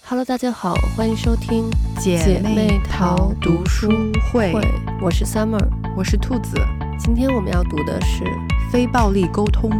Hello， 大家好，欢迎收听姐妹淘读书会。 我是 Summer， 我是兔子。 今天我们要读的是非暴力沟通。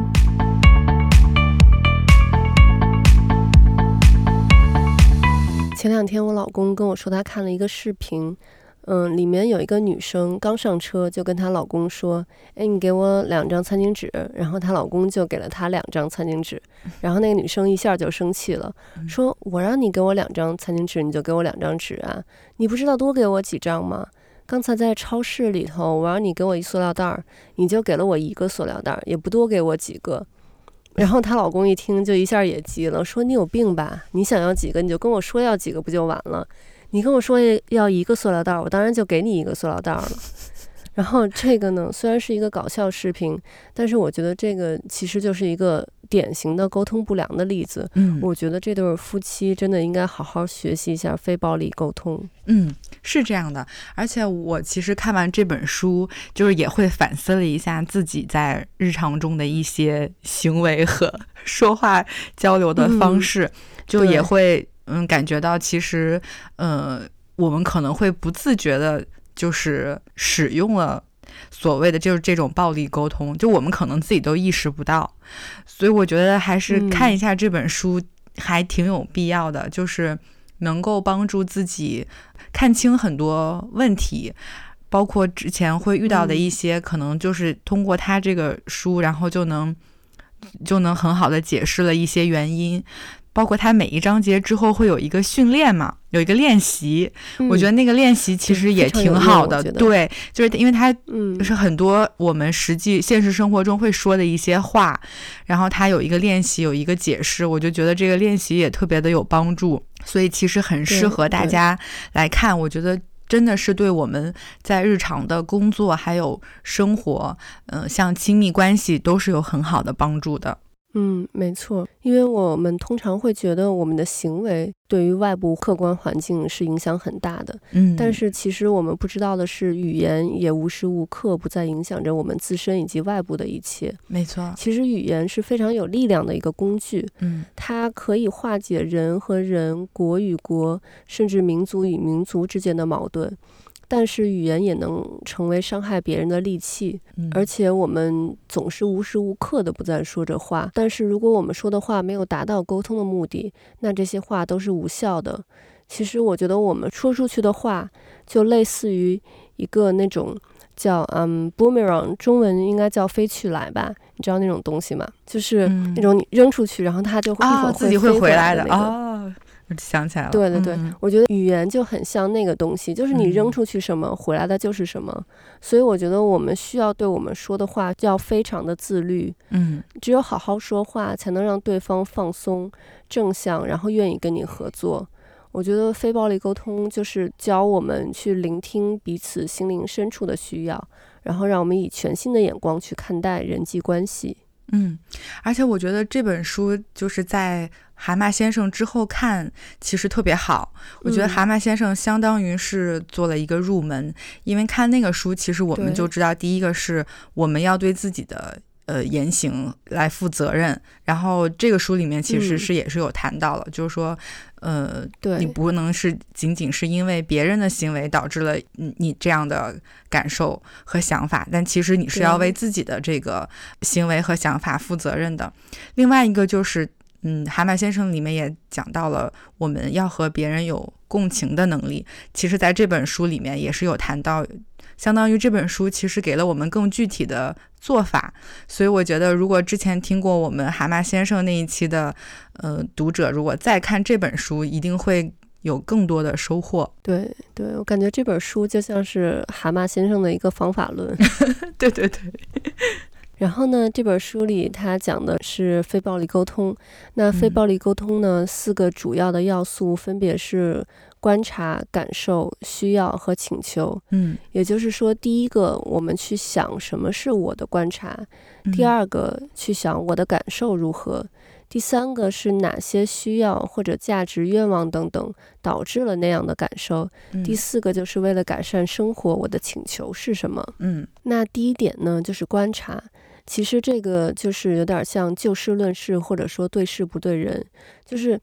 前两天我老公跟我说他看了一个视频，里面有一个女生刚上车就跟她老公说，你给我2张餐巾纸，然后她老公就给了她2张餐巾纸，然后那个女生一下就生气了，说我让你给我2张餐巾纸你就给我2张纸啊，你不知道多给我几张吗？刚才在超市里头我让你给我一塑料袋，你就给了我1个塑料袋，也不多给我几个。然后她老公一听就一下也急了，说你有病吧，你想要几个你就跟我说要几个不就完了，你跟我说要1个塑料袋，我当然就给你1个塑料袋了。然后这个呢，虽然是一个搞笑视频，但是我觉得这个其实就是一个典型的沟通不良的例子。我觉得这对夫妻真的应该好好学习一下非暴力沟通。 是这样的。而且我其实看完这本书，就是也会反思了一下自己在日常中的一些行为和说话交流的方式，就也会感觉到其实我们可能会不自觉的就是使用了所谓的就是这种暴力沟通，就我们可能自己都意识不到。所以我觉得还是看一下这本书还挺有必要的，就是能够帮助自己看清很多问题，包括之前会遇到的一些可能就是通过他这个书然后就能很好的解释了一些原因。包括他每一章节之后会有一个训练嘛，有一个练习，我觉得那个练习其实也挺好的。对，就是因为他就是很多我们实际现实生活中会说的一些话，然后他有一个练习，有一个解释，我就觉得这个练习也特别的有帮助，所以其实很适合大家来看。我觉得真的是对我们在日常的工作还有生活像亲密关系都是有很好的帮助的。 没错，因为我们通常会觉得我们的行为对于外部客观环境是影响很大的，但是其实我们不知道的是，语言也无时无刻不在影响着我们自身以及外部的一切。 没错， 其实语言是非常有力量的一个工具，它可以化解人和人、国与国，甚至民族与民族之间的矛盾。但是语言也能成为伤害别人的利器，而且我们总是无时无刻的不在说着话，但是如果我们说的话没有达到沟通的目的，那这些话都是无效的。其实我觉得我们说出去的话就类似于一个那种叫boomerang， 中文应该叫飞去来吧，你知道那种东西吗？就是那种你扔出去然后它就会一会儿自己会回来的想起来了。 对对对，我觉得语言就很像那个东西，就是你扔出去什么，回来的就是什么。所以我觉得我们需要对我们说的话就要非常的自律。只有好好说话，才能让对方放松、正向，然后愿意跟你合作。我觉得非暴力沟通就是教我们去聆听彼此心灵深处的需要，然后让我们以全新的眼光去看待人际关系。 而且我觉得这本书就是在蛤蟆先生之后看其实特别好。我觉得蛤蟆先生相当于是做了一个入门，因为看那个书其实我们就知道，第一个是我们要对自己的言行来负责任，然后这个书里面其实是也是有谈到了，就是说你不能是仅仅是因为别人的行为导致了你这样的感受和想法，但其实你是要为自己的这个行为和想法负责任的。另外一个就是蛤蟆先生里面也讲到了我们要和别人有共情的能力，其实在这本书里面也是有谈到，相当于这本书其实给了我们更具体的做法。所以我觉得如果之前听过我们蛤蟆先生那一期的读者，如果再看这本书一定会有更多的收获。 对对，我感觉这本书就像是蛤蟆先生的一个方法论。 对对对。 然后呢，这本书里它讲的是非暴力沟通。那非暴力沟通呢，4个主要的要素分别是观察、感受、需要和请求。也就是说，第一个我们去想什么是我的观察，第二个去想我的感受如何，第三个是哪些需要或者价值、愿望等等导致了那样的感受，第4个就是为了改善生活，我的请求是什么。那第一点呢，就是观察。其实这个就是有点像就事论事，或者说对事不对人，就是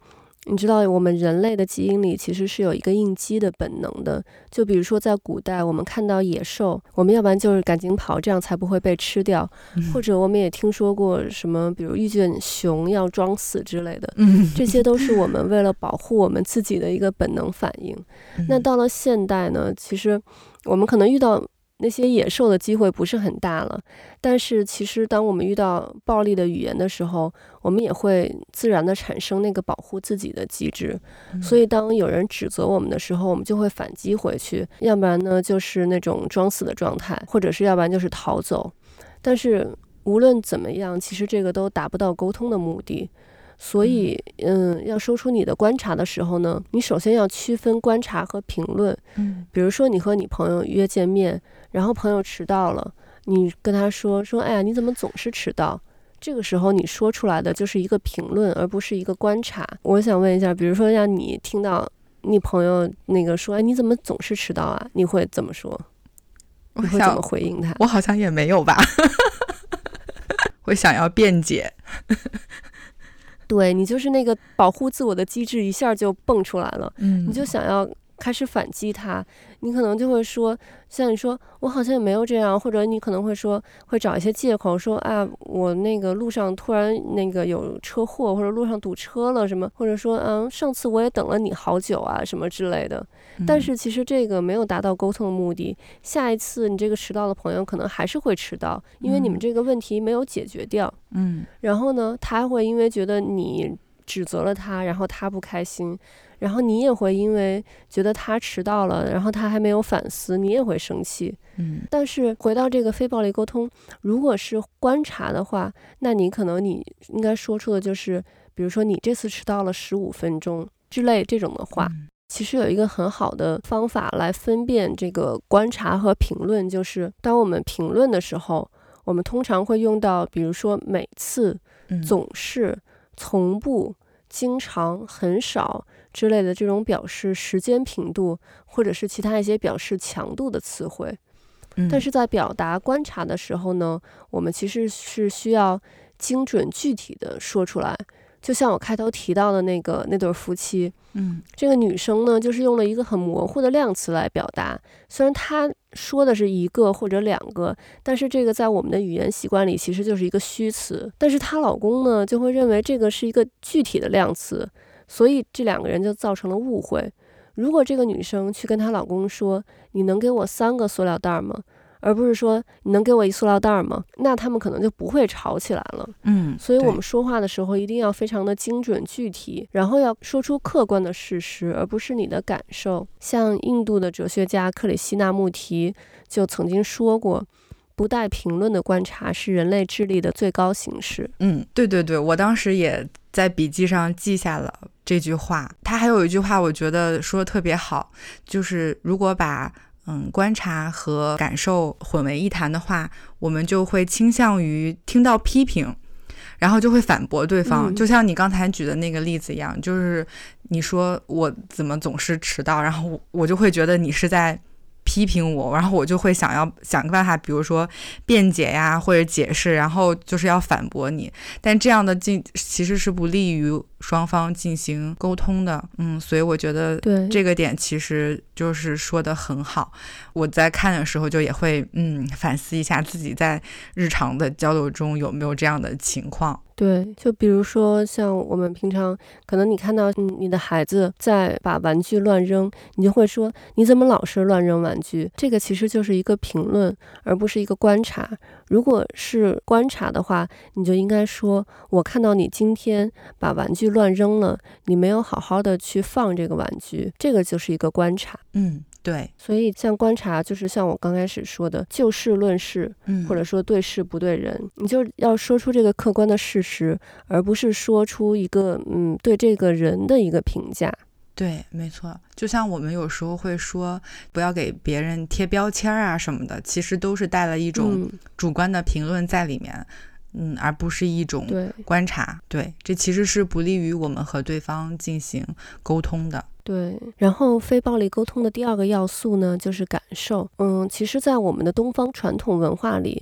你知道我们人类的基因里其实是有一个应激的本能的，就比如说在古代我们看到野兽，我们要不然就是赶紧跑，这样才不会被吃掉，或者我们也听说过什么比如遇见熊要装死之类的，这些都是我们为了保护我们自己的一个本能反应。那到了现代呢，其实我们可能遇到那些野兽的机会不是很大了，但是其实当我们遇到暴力的语言的时候，我们也会自然的产生那个保护自己的机制。所以当有人指责我们的时候，我们就会反击回去，要不然呢就是那种装死的状态，或者是要不然就是逃走。但是无论怎么样，其实这个都达不到沟通的目的。所以要说出你的观察的时候呢，你首先要区分观察和评论。比如说你和你朋友约见面，然后朋友迟到了，你跟他说哎呀你怎么总是迟到，这个时候你说出来的就是一个评论，而不是一个观察。我想问一下，比如说让你听到你朋友那个说哎你怎么总是迟到啊，你会怎么说？你会怎么回应他？ 我好像也没有吧我想要辩解对，你就是那个保护自我的机制一下就蹦出来了，你就想要开始反击他，你可能就会说，像你说我好像也没有这样，或者你可能会说，会找一些借口说啊，我那个路上突然那个有车祸，或者路上堵车了什么，或者说上次我也等了你好久啊什么之类的。但是其实这个没有达到沟通的目的，下一次你这个迟到的朋友可能还是会迟到，因为你们这个问题没有解决掉。然后呢，他会因为觉得你指责了他，然后他不开心，然后你也会因为觉得他迟到了，然后他还没有反思，你也会生气。但是回到这个非暴力沟通，如果是观察的话，那你可能你应该说出的就是，比如说你这次迟到了15分钟之类这种的话。其实有一个很好的方法来分辨这个观察和评论，就是当我们评论的时候，我们通常会用到比如说每次、总是、从不、经常、很少之类的这种表示时间频度，或者是其他一些表示强度的词汇。但是在表达观察的时候呢，我们其实是需要精准具体的说出来。就像我开头提到的那对夫妻，这个女生呢，就是用了一个很模糊的量词来表达。虽然她说的是一个或者两个，但是这个在我们的语言习惯里其实就是一个虚词。但是她老公呢，就会认为这个是一个具体的量词，所以这两个人就造成了误会。如果这个女生去跟她老公说：“你能给我3个塑料袋吗？”而不是说你能给我一塑料袋吗？那他们可能就不会吵起来了。所以我们说话的时候一定要非常的精准具体，然后要说出客观的事实，而不是你的感受。像印度的哲学家克里希那穆提就曾经说过，不带评论的观察是人类智力的最高形式。 对对对，我当时也在笔记上记下了这句话。他还有一句话我觉得说得特别好，就是如果把观察和感受混为一谈的话，我们就会倾向于听到批评，然后就会反驳对方。就像你刚才举的那个例子一样，就是你说我怎么总是迟到，然后我就会觉得你是在批评我，然后我就会想个办法，比如说辩解呀或者解释，然后就是要反驳你。但这样的其实是不利于双方进行沟通的。所以我觉得这个点其实就是说得很好。我在看的时候就也会反思一下自己在日常的交流中有没有这样的情况。 对，就比如说像我们平常可能你看到你的孩子在把玩具乱扔，你就会说你怎么老是乱扔玩具，这个其实就是一个评论，而不是一个观察。如果是观察的话，你就应该说我看到你今天把玩具乱扔了，你没有好好的去放这个玩具，这个就是一个观察。 对， 所以像观察就是像我刚开始说的就事论事，或者说对事不对人，你就要说出这个客观的事实，而不是说出一个对这个人的一个评价。 对，没错。就像我们有时候会说不要给别人贴标签啊什么的，其实都是带了一种主观的评论在里面。而不是一种观察。对，这其实是不利于我们和对方进行沟通的。 对，然后非暴力沟通的第二个要素呢，就是感受。其实在我们的东方传统文化里，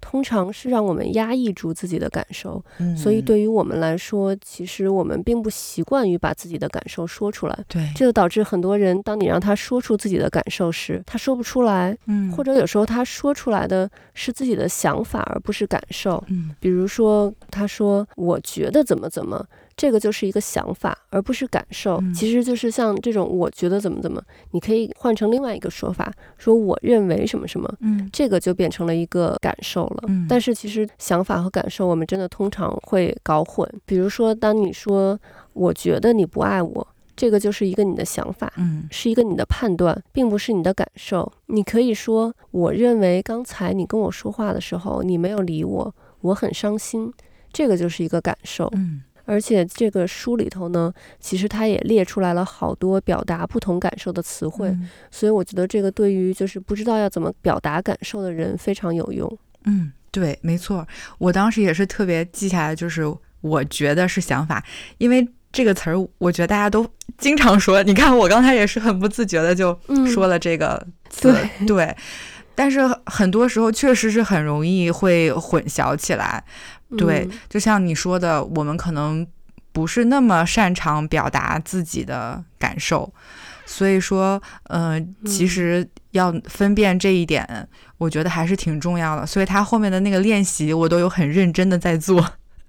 通常是让我们压抑住自己的感受，所以对于我们来说，其实我们并不习惯于把自己的感受说出来。 对， 这就导致很多人，当你让他说出自己的感受时，他说不出来，或者有时候他说出来的是自己的想法，而不是感受。比如说，他说我觉得怎么怎么，这个就是一个想法，而不是感受。其实就是像这种我觉得怎么怎么，你可以换成另外一个说法，说我认为什么什么，这个就变成了一个感受了。但是其实想法和感受我们真的通常会搞混。比如说当你说我觉得你不爱我，这个就是一个你的想法，是一个你的判断，并不是你的感受。你可以说我认为刚才你跟我说话的时候你没有理我，我很伤心，这个就是一个感受。而且这个书里头呢，其实它也列出来了好多表达不同感受的词汇，所以我觉得这个对于就是不知道要怎么表达感受的人非常有用。 对，没错，我当时也是特别记下来，就是我觉得是想法，因为这个词儿我觉得大家都经常说，你看我刚才也是很不自觉的就说了这个词，对，但是很多时候确实是很容易会混淆起来。对，就像你说的，我们可能不是那么擅长表达自己的感受，所以说其实要分辨这一点，我觉得还是挺重要的，所以他后面的那个练习我都有很认真的在做。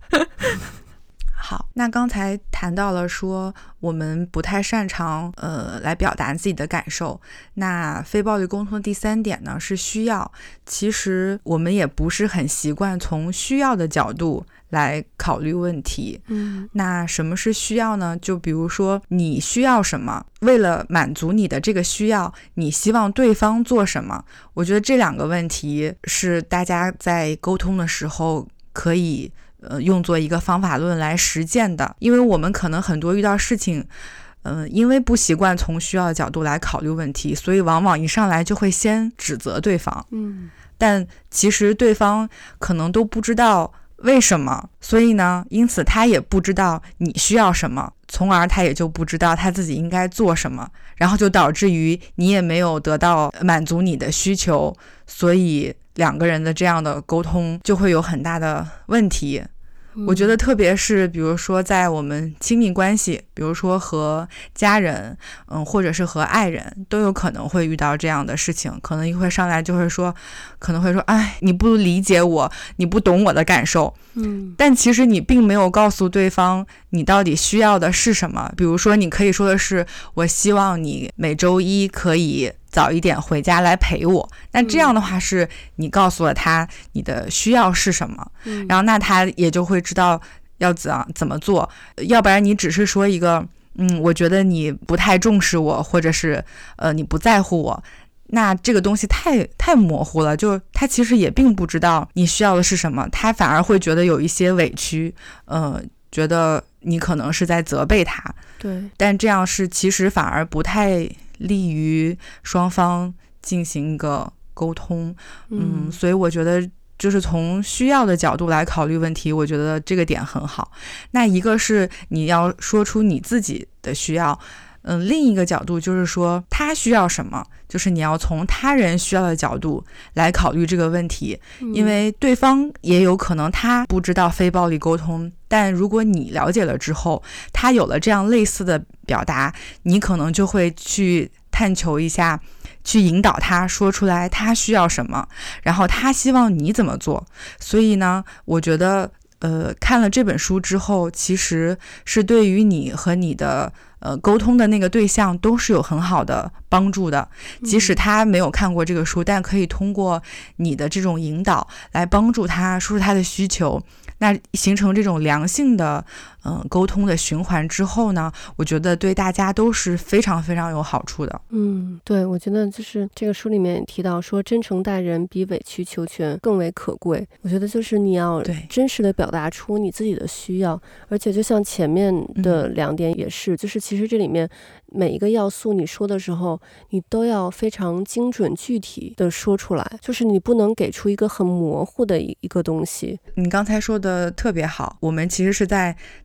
好，那刚才谈到了说我们不太擅长来表达自己的感受，那非暴力沟通的第3点呢是需要。其实我们也不是很习惯从需要的角度来考虑问题。那什么是需要呢？就比如说你需要什么，为了满足你的这个需要，你希望对方做什么。我觉得这2个问题是大家在沟通的时候可以用作一个方法论来实践的。因为我们可能很多遇到事情因为不习惯从需要的角度来考虑问题，所以往往一上来就会先指责对方。但其实对方可能都不知道为什么，所以呢，因此他也不知道你需要什么，从而他也就不知道他自己应该做什么，然后就导致于你也没有得到满足你的需求，所以2个人的这样的沟通就会有很大的问题。我觉得特别是比如说在我们亲密关系，比如说和家人或者是和爱人，都有可能会遇到这样的事情，可能一会上来就会说，可能会说哎，你不理解我，你不懂我的感受。但其实你并没有告诉对方你到底需要的是什么。比如说你可以说的是，我希望你每周1可以早一点回家来陪我，那这样的话是你告诉了他你的需要是什么，然后那他也就会知道要怎么做。要不然你只是说一个我觉得你不太重视我，或者是你不在乎我，那这个东西太模糊了，就他其实也并不知道你需要的是什么，他反而会觉得有一些委屈，觉得你可能是在责备他。 对， 但这样是其实反而不太利于双方进行一个沟通。所以我觉得就是从需要的角度来考虑问题，我觉得这个点很好。那一个是你要说出你自己的需要，另一个角度就是说他需要什么，就是你要从他人需要的角度来考虑这个问题。因为对方也有可能他不知道非暴力沟通，但如果你了解了之后，他有了这样类似的表达，你可能就会去探求一下，去引导他说出来他需要什么，然后他希望你怎么做。所以呢，我觉得看了这本书之后，其实是对于你和你的沟通的那个对象都是有很好的帮助的。即使他没有看过这个书，但可以通过你的这种引导来帮助他说出他的需求，那形成这种良性的沟通的循环之后呢，我觉得对大家都是非常非常有好处的。 对，我觉得就是这个书里面也提到说，真诚待人比委曲求全更为可贵。我觉得就是你要真实的表达出你自己的需要，而且就像前面的2点也是，就是其实这里面每一个要素你说的时候，你都要非常精准具体的说出来，就是你不能给出一个很模糊的一个东西。 你刚才说的特别好，我们其实是在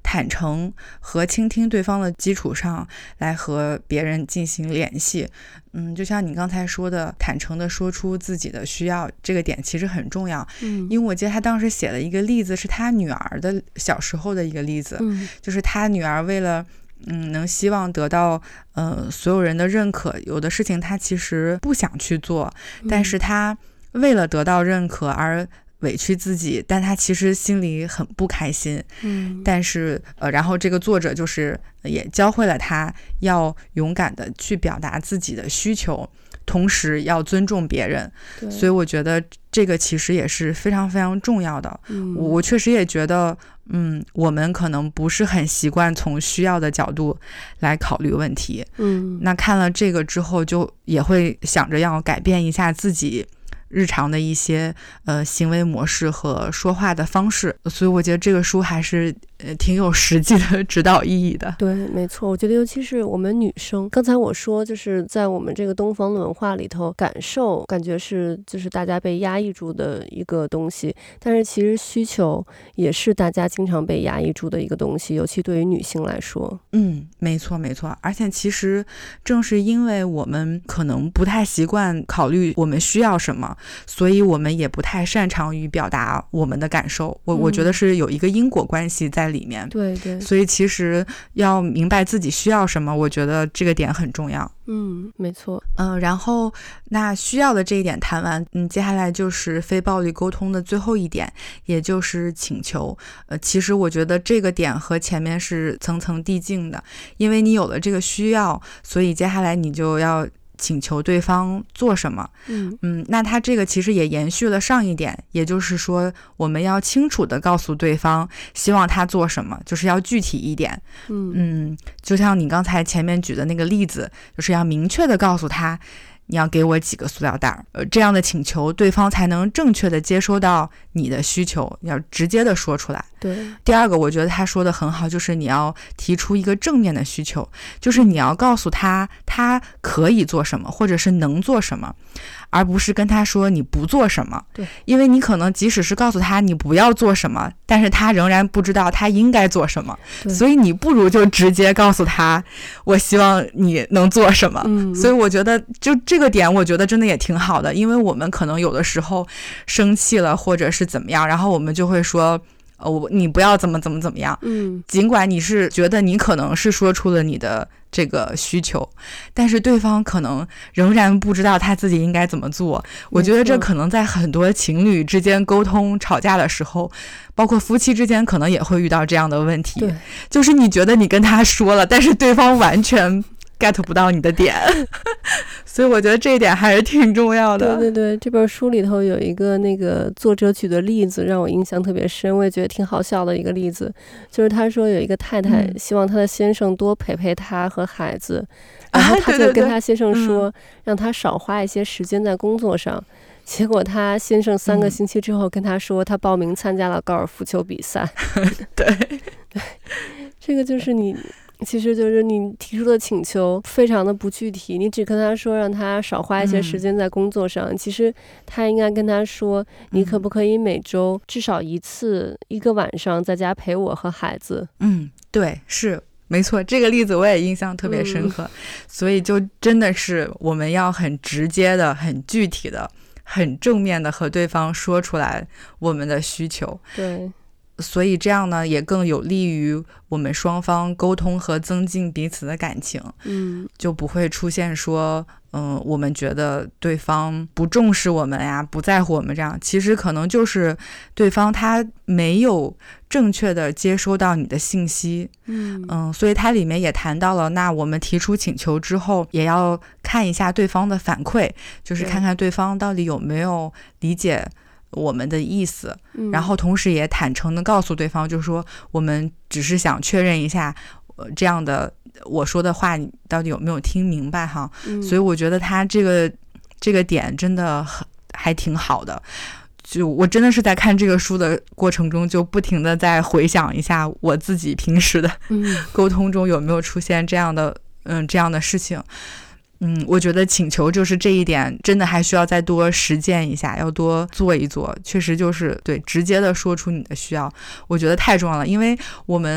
坦诚和倾听对方的基础上来和别人进行联系。就像你刚才说的，坦诚的说出自己的需要，这个点其实很重要。因为我记得他当时写了一个例子，是他女儿的小时候的一个例子，就是他女儿为了能希望得到所有人的认可，有的事情他其实不想去做，但是他为了得到认可而委屈自己，但他其实心里很不开心。但是然后这个作者就是也教会了他要勇敢的去表达自己的需求，同时要尊重别人。所以我觉得这个其实也是非常非常重要的。我确实也觉得我们可能不是很习惯从需要的角度来考虑问题。那看了这个之后，就也会想着要改变一下自己日常的一些行为模式和说话的方式，所以我觉得这个书还是挺有实际的指导意义的。 对，没错，我觉得尤其是我们女生，刚才我说就是在我们这个东方文化里头，感受感觉是就是大家被压抑住的一个东西，但是其实需求也是大家经常被压抑住的一个东西，尤其对于女性来说。 没错没错，而且其实正是因为我们可能不太习惯考虑我们需要什么，所以我们也不太擅长于表达我们的感受。我觉得是有一个因果关系在里面。 对对， 所以其实要明白自己需要什么，我觉得这个点很重要。 没错。 然后那需要的这一点谈完，接下来就是非暴力沟通的最后一点，也就是请求。其实我觉得这个点和前面是层层递进的，因为你有了这个需要，所以接下来你就要请求对方做什么。那他这个其实也延续了上一点，也就是说我们要清楚的告诉对方希望他做什么，就是要具体一点。就像你刚才前面举的那个例子，就是要明确的告诉他你要给我几个塑料袋，这样的请求对方才能正确的接收到你的需求，要直接的说出来。 对。 第二个我觉得他说的很好，就是你要提出一个正面的需求，就是你要告诉他他可以做什么或者是能做什么，而不是跟他说你不做什么。 对， 因为你可能即使是告诉他你不要做什么，但是他仍然不知道他应该做什么，所以你不如就直接告诉他我希望你能做什么。所以我觉得就这个点我觉得真的也挺好的，因为我们可能有的时候生气了或者是怎么样，然后我们就会说你不要怎么样。尽管你是觉得你可能是说出了你的这个需求，但是对方可能仍然不知道他自己应该怎么做。我觉得这可能在很多情侣之间沟通吵架的时候，包括夫妻之间可能也会遇到这样的问题，就是你觉得你跟他说了，但是对方完全get 不到你的点所以我觉得这一点还是挺重要的。 对对对，这本书里头有一个那个作者举的例子让我印象特别深，我也觉得挺好笑的一个例子，就是他说有一个太太希望她的先生多陪陪她和孩子，然后他就跟他先生说让他少花一些时间在工作上，结果他先生3个星期之后跟他说他报名参加了高尔夫球比赛对， 这个就是其实就是你提出的请求非常的不具体，你只跟他说让他少花一些时间在工作上，其实他应该跟他说你可不可以每周至少1次1个晚上在家陪我和孩子。 对，是没错，这个例子我也印象特别深刻。所以就真的是我们要很直接的很具体的很正面的和对方说出来我们的需求。 对， 所以这样呢也更有利于我们双方沟通和增进彼此的感情。就不会出现说我们觉得对方不重视我们呀，不在乎我们，这样其实可能就是对方他没有正确的接收到你的信息。所以它里面也谈到了，那我们提出请求之后也要看一下对方的反馈，就是看看对方到底有没有理解我们的意思，然后同时也坦诚的告诉对方，就是说我们只是想确认一下这样的我说的话你到底有没有听明白哈。所以我觉得他这个点真的还挺好的。就我真的是在看这个书的过程中就不停的在回想一下我自己平时的沟通中有没有出现这样的事情。我觉得请求就是这一点真的还需要再多实践一下，要多做一做，确实就是对直接的说出你的需要，我觉得太重要了。因为我们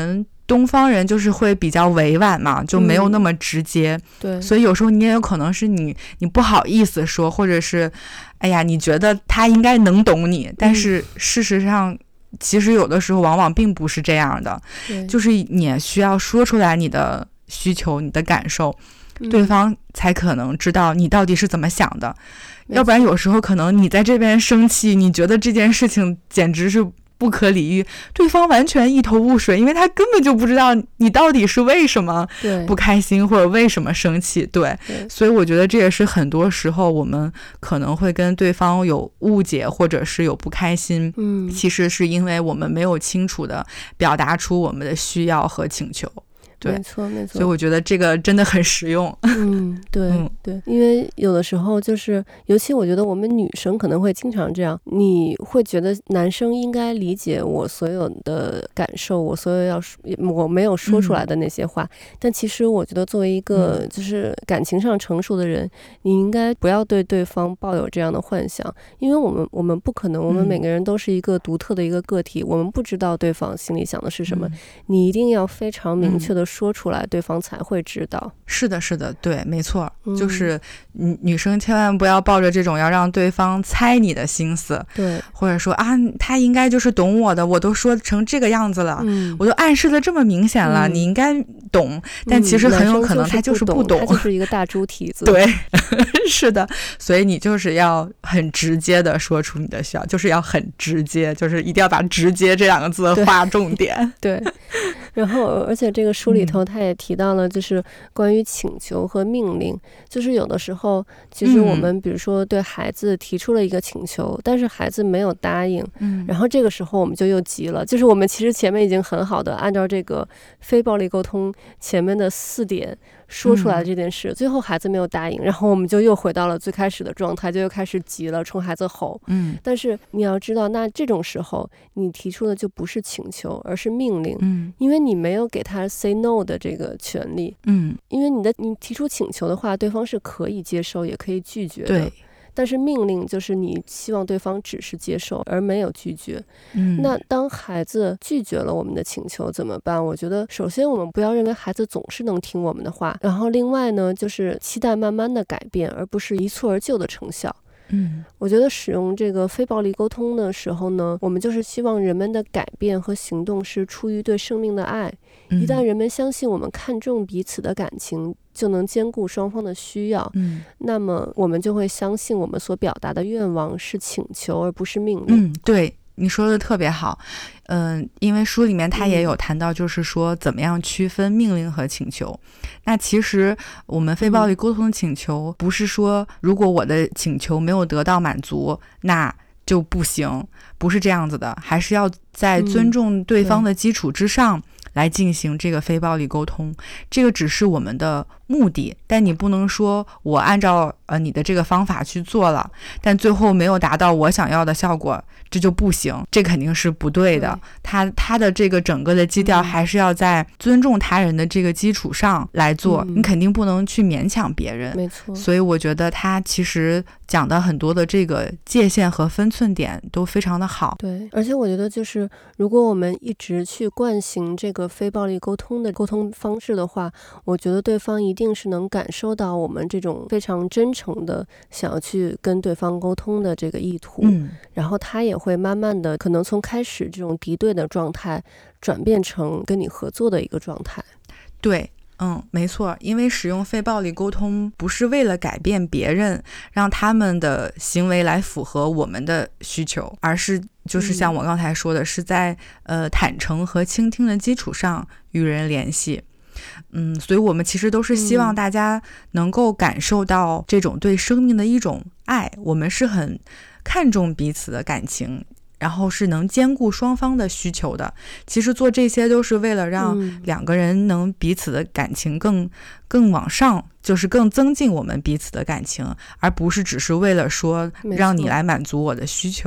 东方人就是会比较委婉嘛，就没有那么直接， 对， 所以有时候你也有可能是你不好意思说，或者是哎呀你觉得他应该能懂你，但是事实上其实有的时候往往并不是这样的，就是你也需要说出来你的需求你的感受，对方才可能知道你到底是怎么想的，要不然有时候可能你在这边生气，你觉得这件事情简直是不可理喻，对方完全一头雾水，因为他根本就不知道你到底是为什么不开心或者为什么生气。 对，所以我觉得这也是很多时候我们可能会跟对方有误解或者是有不开心，其实是因为我们没有清楚的表达出我们的需要和请求。对， 没错没错， 所以我觉得这个真的很实用。 对对，因为有的时候就是，尤其我觉得我们女生可能会经常这样，你会觉得男生应该理解我所有的感受，我所有我没有说出来的那些话，但其实我觉得作为一个就是感情上成熟的人，你应该不要对对方抱有这样的幻想，因为我们不可能，我们每个人都是一个独特的一个个体，我们不知道对方心里想的是什么，你一定要非常明确的说出来，对方才会知道。 是的是的，对，没错，就是女生千万不要抱着这种要让对方猜你的心思， 对， 或者说啊他应该就是懂我的，我都说成这个样子了，我都暗示的这么明显了，你应该懂，但其实很有可能他就是不懂， 他就是一个大猪蹄子。 对是的，所以你就是要很直接的说出你的需要，就是要很直接，就是一定要把直接这两个字划重点。 对，然后而且这个书里头他也提到了就是关于请求和命令，就是有的时候其实我们比如说对孩子提出了一个请求，但是孩子没有答应，然后这个时候我们就又急了，就是我们其实前面已经很好的按照这个非暴力沟通前面的4点说出来这件事，最后孩子没有答应，然后我们就又回到了最开始的状态，就又开始急了，冲孩子吼。但是你要知道，那这种时候你提出的就不是请求，而是命令，因为你没有给他 say no 的这个权利。因为你提出请求的话，对方是可以接受也可以拒绝的。 对， 但是命令就是你希望对方只是接受而没有拒绝。那当孩子拒绝了我们的请求怎么办？我觉得首先我们不要认为孩子总是能听我们的话，然后另外呢就是期待慢慢的改变，而不是一蹴而就的成效。我觉得使用这个非暴力沟通的时候呢，我们就是希望人们的改变和行动是出于对生命的爱。一旦人们相信我们看重彼此的感情，就能兼顾双方的需要，那么我们就会相信我们所表达的愿望是请求而不是命令。 对，你说的特别好。因为书里面他也有谈到，就是说怎么样区分命令和请求。那其实我们非暴力沟通的请求不是说如果我的请求没有得到满足那就不行，不是这样子的，还是要在尊重对方的基础之上来进行这个非暴力沟通。这个只是我们的目的，但你不能说我按照你的这个方法去做了，但最后没有达到我想要的效果，这就不行，这肯定是不对的。他的这个整个的基调还是要在尊重他人的这个基础上来做，你肯定不能去勉强别人。 没错。 所以我觉得他其实讲的很多的这个界限和分寸点都非常的好。 对，而且我觉得就是如果我们一直去惯行这个非暴力沟通的沟通方式的话，我觉得对方一定是能感受到我们这种非常真诚的想要去跟对方沟通的这个意图，然后他也会慢慢的可能从开始这种敌对的状态转变成跟你合作的一个状态。 对，没错，因为使用非暴力沟通不是为了改变别人，让他们的行为来符合我们的需求，而是就是像我刚才说的，是在坦诚和倾听的基础上与人联系。所以我们其实都是希望大家能够感受到这种对生命的一种爱，我们是很看重彼此的感情，然后是能兼顾双方的需求的。其实做这些都是为了让两个人能彼此的感情更往上，就是更增进我们彼此的感情，而不是只是为了说让你来满足我的需求。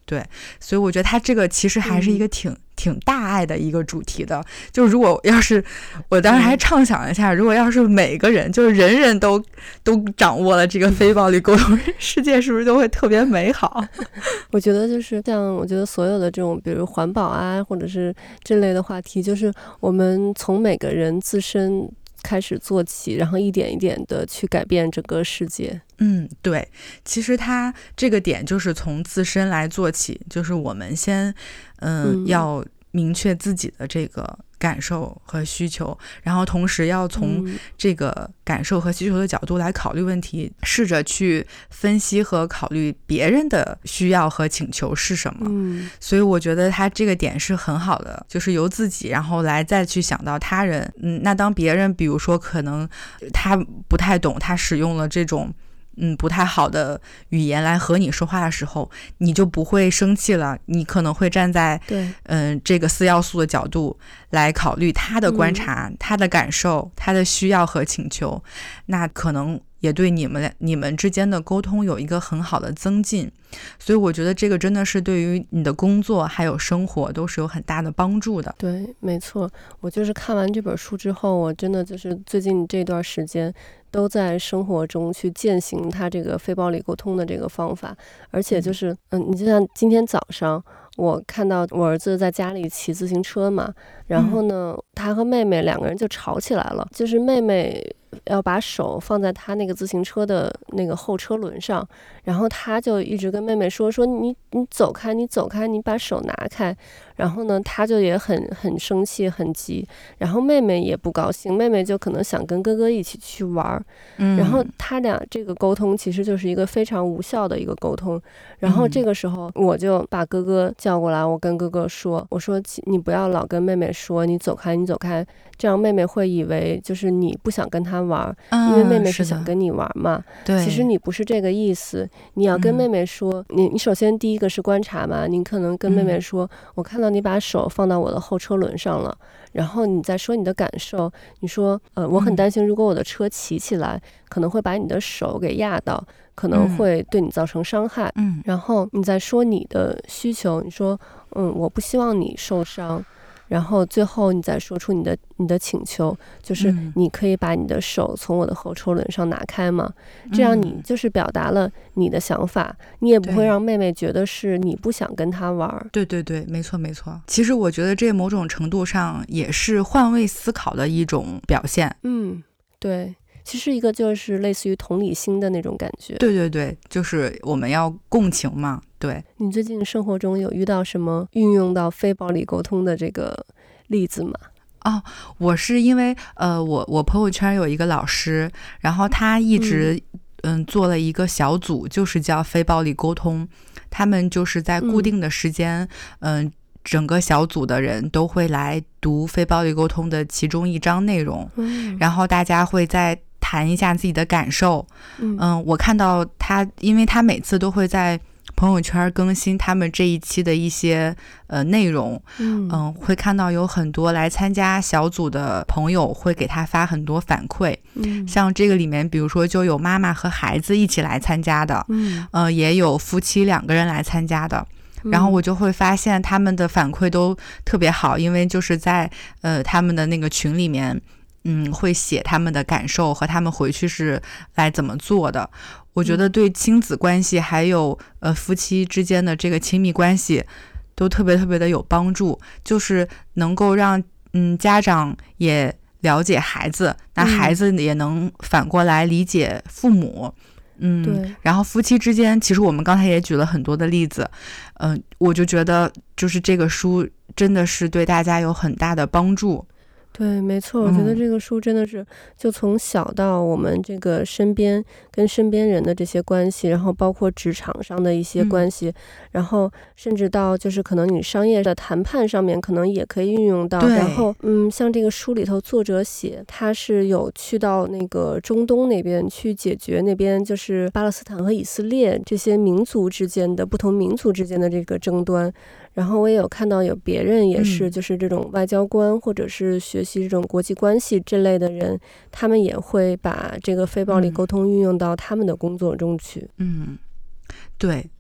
对，所以我觉得他这个其实还是一个挺大爱的一个主题的。就如果要是我当时还畅想一下，如果要是每个人就是人人都掌握了这个非暴力沟通，世界是不是都会特别美好？ 我觉得就是像我觉得所有的这种比如环保啊或者是这类的话题，就是我们从每个人自身开始做起，然后一点一点的去改变整个世界。 对，其实它这个点就是从自身来做起，就是我们先要明确自己的这个感受和需求，然后同时要从这个感受和需求的角度来考虑问题，试着去分析和考虑别人的需要和请求是什么。所以我觉得他这个点是很好的，就是由自己然后来再去想到他人。那当别人比如说可能他不太懂，他使用了这种不太好的语言来和你说话的时候，你就不会生气了，你可能会站在这个4要素的角度来考虑他的观察、他的感受、他的需要和请求，那可能也对你们之间的沟通有一个很好的增进。所以我觉得这个真的是对于你的工作还有生活都是有很大的帮助的。 对，没错，我就是看完这本书之后，我真的就是最近这段时间都在生活中去践行他这个非暴力沟通的这个方法。而且就是你就像今天早上我看到我儿子在家里骑自行车嘛，然后呢他和妹妹两个人就吵起来了，就是妹妹要把手放在他那个自行车的那个后车轮上，然后他就一直跟妹妹说你走开，你走开，你把手拿开。然后呢他就也很生气很急，然后妹妹也不高兴，妹妹就可能想跟哥哥一起去玩，然后他俩这个沟通其实就是一个非常无效的一个沟通。然后这个时候我就把哥哥叫过来，我跟哥哥说，我说你不要老跟妹妹说你走开你走开，这样妹妹会以为就是你不想跟她玩，因为妹妹是想跟你玩嘛。 对， 其实你不是这个意思，你要跟妹妹说，你首先第一个是观察嘛，你可能跟妹妹说，我看到你把手放到我的后车轮上了，然后你再说你的感受，你说我很担心如果我的车骑起来可能会把你的手给压到，可能会对你造成伤害。然后你再说你的需求，你说我不希望你受伤，然后最后你再说出你的请求，就是你可以把你的手从我的后车轮上拿开吗？这样你就是表达了你的想法，你也不会让妹妹觉得是你不想跟她玩。 对对对，没错没错。其实我觉得这某种程度上也是换位思考的一种表现。 对，其实一个就是类似于同理心的那种感觉。 对对对，就是我们要共情嘛。对， 你最近生活中有遇到什么运用到非暴力沟通的这个例子吗？ 我是因为我朋友圈有一个老师，然后他一直做了一个小组，就是叫非暴力沟通。他们就是在固定的时间整个小组的人都会来读非暴力沟通的其中一章内容，然后大家会再谈一下自己的感受。我看到他，因为他每次都会在朋友圈更新他们这一期的一些内容，会看到有很多来参加小组的朋友会给他发很多反馈，像这个里面比如说就有妈妈和孩子一起来参加的，也有夫妻2个人来参加的。然后我就会发现他们的反馈都特别好，因为就是在他们的那个群里面会写他们的感受和他们回去是来怎么做的。我觉得对亲子关系还有夫妻之间的这个亲密关系都特别特别的有帮助，就是能够让家长也了解孩子，那孩子也能反过来理解父母。 对。 然后夫妻之间，其实我们刚才也举了很多的例子，我就觉得就是这个书真的是对大家有很大的帮助。 对，没错，我觉得这个书真的是就从小到我们这个身边跟身边人的这些关系，然后包括职场上的一些关系，然后甚至到就是可能你商业的谈判上面可能也可以运用到。然后像这个书里头作者写他是有去到那个中东那边去解决那边就是巴勒斯坦和以色列这些民族之间的不同民族之间的这个争端。然后我也有看到有别人也是就是这种外交官或者是学习这种国际关系这类的人，他们也会把这个非暴力沟通运用到他们的工作中去。 对，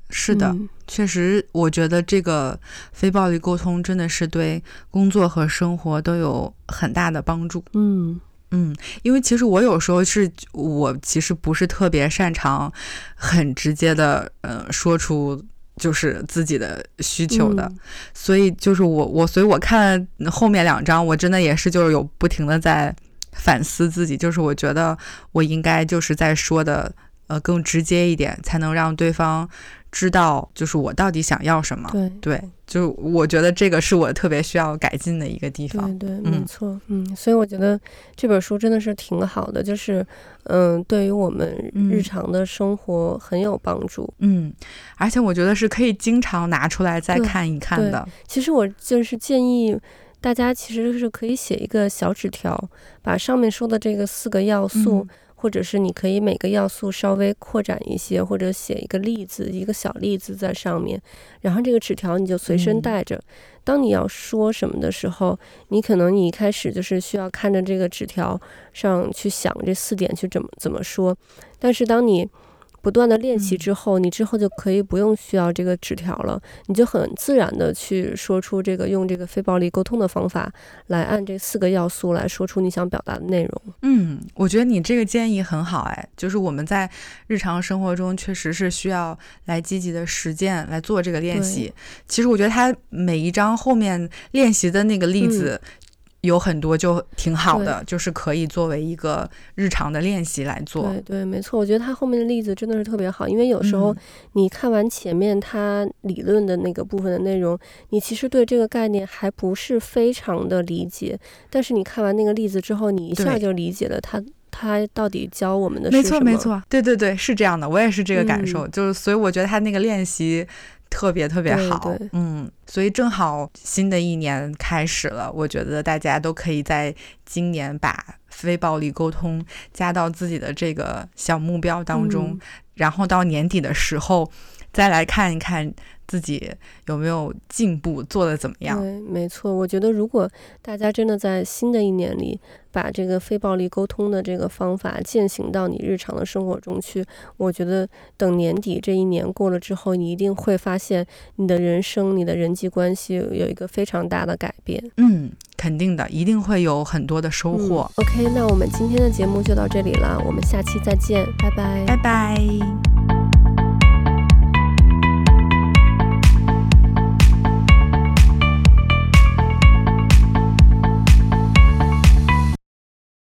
是的，确实我觉得这个非暴力沟通真的是对工作和生活都有很大的帮助。因为其实我有时候我其实不是特别擅长很直接的说出就是自己的需求的，所以就是所以我看了后面2章，我真的也是就是有不停的在反思自己，就是我觉得我应该就是在说的更直接一点，才能让对方知道就是我到底想要什么。对，就我觉得这个是我特别需要改进的一个地方。 对，没错。所以我觉得这本书真的是挺好的，就是对于我们日常的生活很有帮助。 而且我觉得是可以经常拿出来再看一看的。 其实我就是建议大家其实是可以写一个小纸条，把上面说的这个4个要素或者是你可以每个要素稍微扩展一些，或者写一个例子，一个小例子在上面，然后这个纸条你就随身带着，当你要说什么的时候，你可能你一开始就是需要看着这个纸条上去想这4点去怎么说，但是当你不断的练习之后，你之后就可以不用需要这个纸条了，你就很自然的去说出这个用这个非暴力沟通的方法来按这4个要素来说出你想表达的内容。 我觉得你这个建议很好，就是我们在日常生活中确实是需要来积极的实践来做这个练习。其实我觉得它每一章后面练习的那个例子有很多就挺好的，就是可以作为一个日常的练习来做。 对，没错，我觉得他后面的例子真的是特别好，因为有时候你看完前面他理论的那个部分的内容，你其实对这个概念还不是非常的理解，但是你看完那个例子之后，你一下就理解了他到底教我们的是什么。 没错，对，是这样的，我也是这个感受，就是所以我觉得他那个练习特别好。所以正好新的一年开始了，我觉得大家都可以在今年把非暴力沟通加到自己的这个小目标当中，然后到年底的时候再来看一看自己有没有进步，做得怎么样。 对，没错，我觉得如果大家真的在新的一年里把这个非暴力沟通的这个方法践行到你日常的生活中去，我觉得等年底这一年过了之后，你一定会发现你的人生你的人际关系有一个非常大的改变。 肯定的，一定会有很多的收获。 OK， 那我们今天的节目就到这里了，我们下期再见，拜拜。 拜拜。